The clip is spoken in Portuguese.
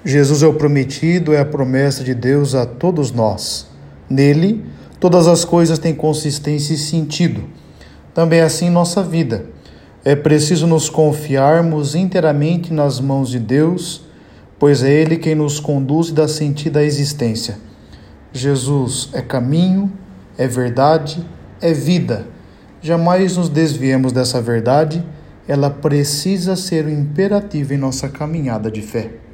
Jesus é o prometido, é a promessa de Deus a todos nós. Nele, todas as coisas têm consistência e sentido. Também assim nossa vida. É preciso nos confiarmos inteiramente nas mãos de Deus, pois é Ele quem nos conduz e dá sentido à existência. Jesus é caminho, é verdade, é vida. Jamais nos desviemos dessa verdade, ela precisa ser o imperativo em nossa caminhada de fé.